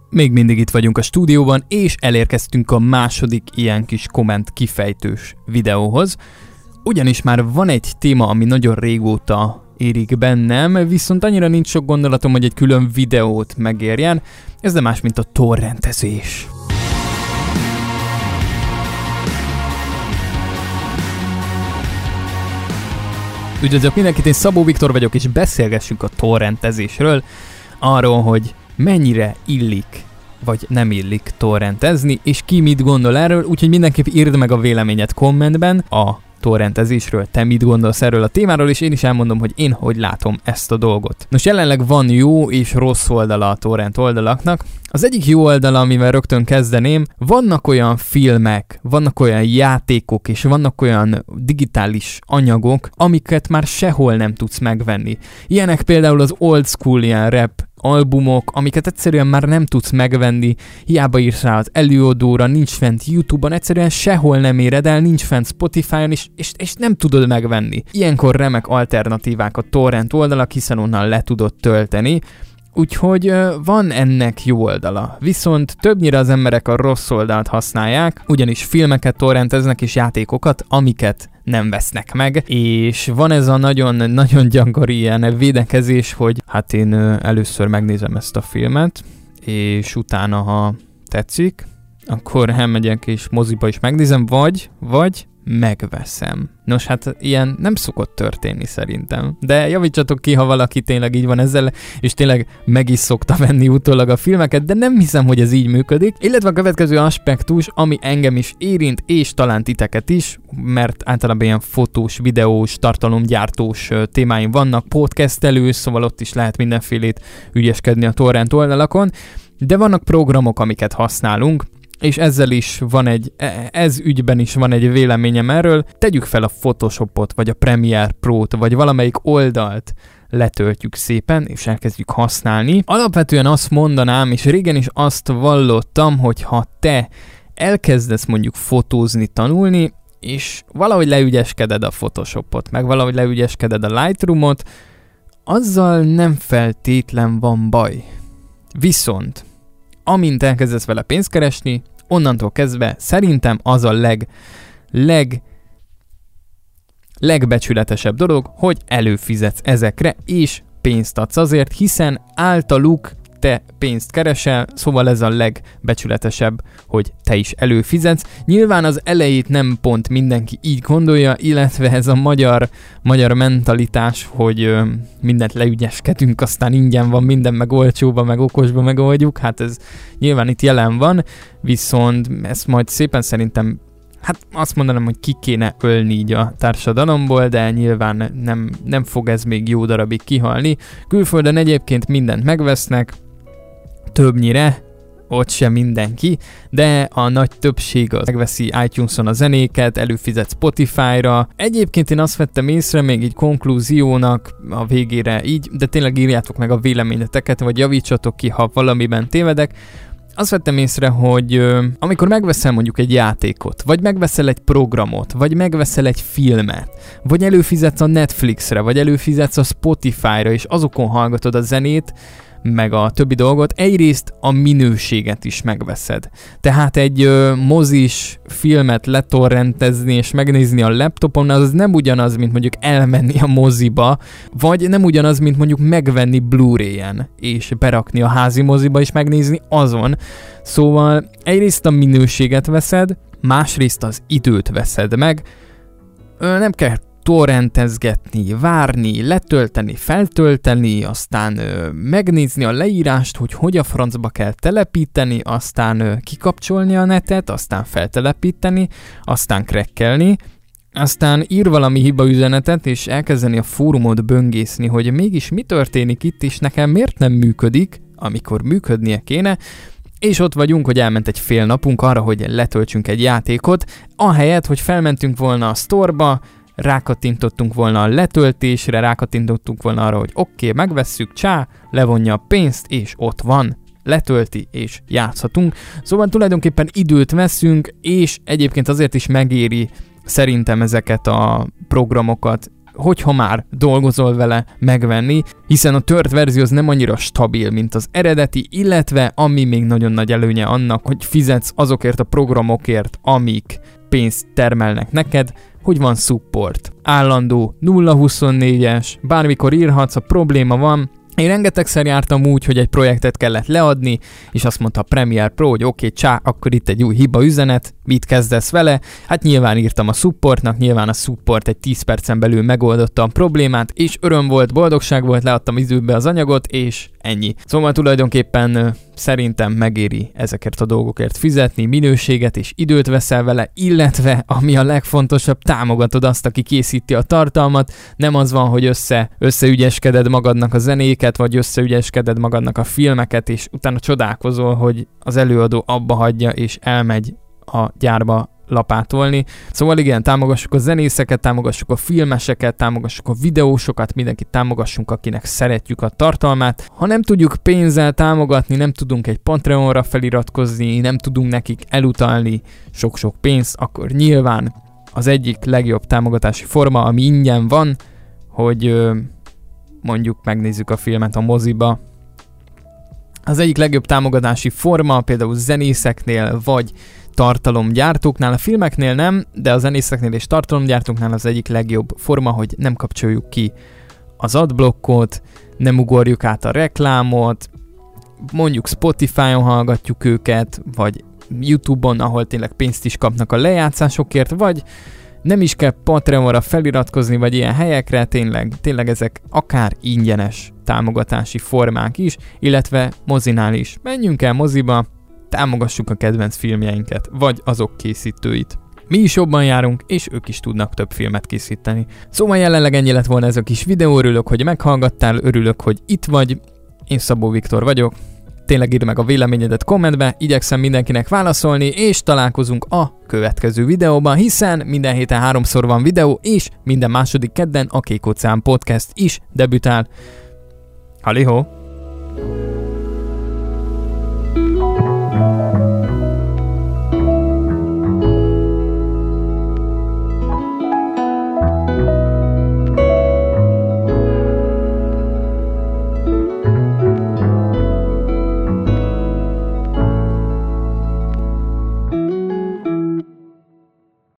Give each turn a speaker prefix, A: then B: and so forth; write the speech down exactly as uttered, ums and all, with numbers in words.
A: Még mindig itt vagyunk a stúdióban, és elérkeztünk a második ilyen kis komment kifejtős videóhoz. Ugyanis már van egy téma, ami nagyon régóta érik bennem, viszont annyira nincs sok gondolatom, hogy egy külön videót megérjen. Ez nem más, mint a torrentezés. Üdvözlök mindenkit, én Szabó Viktor vagyok, és beszélgessünk a torrentezésről, arról, hogy mennyire illik, vagy nem illik torrentezni, és ki mit gondol erről, úgyhogy mindenképp írd meg a véleményed kommentben a torrentezésről, te mit gondolsz erről a témáról, és én is elmondom, hogy én hogy látom ezt a dolgot. Nos, jelenleg van jó és rossz oldala a torrent oldalaknak. Az egyik jó oldala, amivel rögtön kezdeném, vannak olyan filmek, vannak olyan játékok, és vannak olyan digitális anyagok, amiket már sehol nem tudsz megvenni. Ilyenek például az old school ilyen rap albumok, amiket egyszerűen már nem tudsz megvenni, hiába írsz rá az előadóra, nincs fent YouTube-on, egyszerűen sehol nem éred el, nincs fent Spotify-on, és, és, és nem tudod megvenni. Ilyenkor remek alternatívák a torrent oldalak, hiszen onnan le tudod tölteni, úgyhogy van ennek jó oldala. Viszont többnyire az emberek a rossz oldalt használják, ugyanis filmeket torrenteznek és játékokat, amiket nem vesznek meg, és van ez a nagyon-nagyon gyakori ilyen védekezés, hogy hát én először megnézem ezt a filmet, és utána, ha tetszik, akkor elmegyek és moziba is megnézem, vagy, vagy megveszem. Nos, hát ilyen nem szokott történni szerintem. De javítsatok ki, ha valaki tényleg így van ezzel, és tényleg meg is szokta venni utólag a filmeket, de nem hiszem, hogy ez így működik. Illetve a következő aspektus, ami engem is érint, és talán titeket is, mert általában ilyen fotós, videós, tartalomgyártós témáim vannak, podcastelő, szóval ott is lehet mindenfélét ügyeskedni a torrent oldalakon, de vannak programok, amiket használunk, és ezzel is van egy, ez ügyben is van egy véleményem erről. Tegyük fel a Photoshopot, vagy a Premiere Pro-t, vagy valamelyik oldalt letöltjük szépen, és elkezdjük használni. Alapvetően azt mondanám, és régen is azt vallottam, hogy ha te elkezdesz mondjuk fotózni, tanulni, és valahogy leügyeskeded a Photoshopot, meg valahogy leügyeskeded a Lightroomot, azzal nem feltétlen van baj. Viszont amint elkezdesz vele pénzt keresni, onnantól kezdve szerintem az a leg, leg, legbecsületesebb dolog, hogy előfizetsz ezekre, és pénzt adsz azért, hiszen általuk te pénzt keresel, szóval ez a legbecsületesebb, hogy te is előfizetsz. Nyilván az elejét nem pont mindenki így gondolja, illetve ez a magyar, magyar mentalitás, hogy ö, mindent leügyeskedünk, aztán ingyen van minden, meg olcsóba, meg okosba megoldjuk, hát ez nyilván itt jelen van, viszont ezt majd szépen szerintem, hát azt mondanám, hogy ki kéne ölni így a társadalomból, de nyilván nem, nem fog ez még jó darabig kihalni. Külföldön egyébként mindent megvesznek, többnyire, ott sem mindenki, de a nagy többség az megveszi iTunes-on a zenéket, előfizet Spotify-ra. Egyébként én azt vettem észre még így konklúziónak a végére így, de tényleg írjátok meg a véleményeteket, vagy javítsatok ki, ha valamiben tévedek. Azt vettem észre, hogy ö, amikor megveszel mondjuk egy játékot, vagy megveszel egy programot, vagy megveszel egy filmet, vagy előfizetsz a Netflixre, vagy előfizetsz a Spotify-ra, és azokon hallgatod a zenét, meg a többi dolgot, egyrészt a minőséget is megveszed. Tehát egy ö, mozis filmet letorrentezni és megnézni a laptopon, az nem ugyanaz, mint mondjuk elmenni a moziba, vagy nem ugyanaz, mint mondjuk megvenni Blu-ray-en, és berakni a házi moziba és megnézni azon. Szóval egyrészt a minőséget veszed, másrészt az időt veszed meg, ö, nem kell torrentezgetni, várni, letölteni, feltölteni, aztán ö, megnézni a leírást, hogy hogy a francba kell telepíteni, aztán ö, kikapcsolni a netet, aztán feltelepíteni, aztán krekkelni, aztán ír valami hibaüzenetet, és elkezdeni a fórumot böngészni, hogy mégis mi történik itt, és nekem miért nem működik, amikor működnie kéne, és ott vagyunk, hogy elment egy fél napunk arra, hogy letöltsünk egy játékot, ahelyett, hogy felmentünk volna a sztorba, rákattintottunk volna a letöltésre, rákattintottunk volna arra, hogy oké, okay, megvesszük, csá, levonja a pénzt, és ott van, letölti, és játszhatunk. Szóval tulajdonképpen időt veszünk, és egyébként azért is megéri szerintem ezeket a programokat, hogyha már dolgozol vele, megvenni, hiszen a tört verzió az nem annyira stabil, mint az eredeti, illetve ami még nagyon nagy előnye annak, hogy fizetsz azokért a programokért, amik pénzt termelnek neked, hogy van support. Állandó nulla huszonnégyes, bármikor írhatsz, a probléma van. Én rengetegszer jártam úgy, hogy egy projektet kellett leadni, és azt mondta a Premiere Pro, hogy oké, okay, csá, akkor itt egy új hiba üzenet, mit kezdesz vele? Hát nyilván írtam a supportnak, nyilván a support egy tíz percen belül megoldotta a problémát, és öröm volt, boldogság volt, leadtam időbe az anyagot, és ennyi. Szóval tulajdonképpen szerintem megéri ezekért a dolgokért fizetni, minőséget és időt veszel vele, illetve, ami a legfontosabb, támogatod azt, aki készíti a tartalmat, nem az van, hogy össze, összeügyeskeded magadnak a zenéket, vagy összeügyeskeded magadnak a filmeket, és utána csodálkozol, hogy az előadó abba hagyja, és elmegy a gyárba lapátolni. Szóval igen, támogassuk a zenészeket, támogassuk a filmeseket, támogassuk a videósokat, mindenkit támogassunk, akinek szeretjük a tartalmát. Ha nem tudjuk pénzzel támogatni, nem tudunk egy Patreonra feliratkozni, nem tudunk nekik elutalni sok-sok pénzt, akkor nyilván az egyik legjobb támogatási forma, ami ingyen van, hogy mondjuk megnézzük a filmet a moziba. Az egyik legjobb támogatási forma például zenészeknél vagy tartalomgyártóknál, a filmeknél nem, de a zenészeknél és tartalomgyártóknál az egyik legjobb forma, hogy nem kapcsoljuk ki az adblockot, nem ugorjuk át a reklámot, mondjuk Spotify-on hallgatjuk őket, vagy YouTube-on, ahol tényleg pénzt is kapnak a lejátszásokért, vagy nem is kell Patreonra feliratkozni, vagy ilyen helyekre, tényleg, tényleg ezek akár ingyenes támogatási formák is, illetve mozinál is. Menjünk el moziba, támogassuk a kedvenc filmjeinket, vagy azok készítőit. Mi is jobban járunk, és ők is tudnak több filmet készíteni. Szóval jelenleg ennyi lett volna ez a kis videó, örülök, hogy meghallgattál, örülök, hogy itt vagy. Én Szabó Viktor vagyok. Tényleg írd meg a véleményedet kommentbe, igyekszem mindenkinek válaszolni, és találkozunk a következő videóban, hiszen minden héten háromszor van videó, és minden második kedden a Kék Óceán Podcast is debütál. Halihó!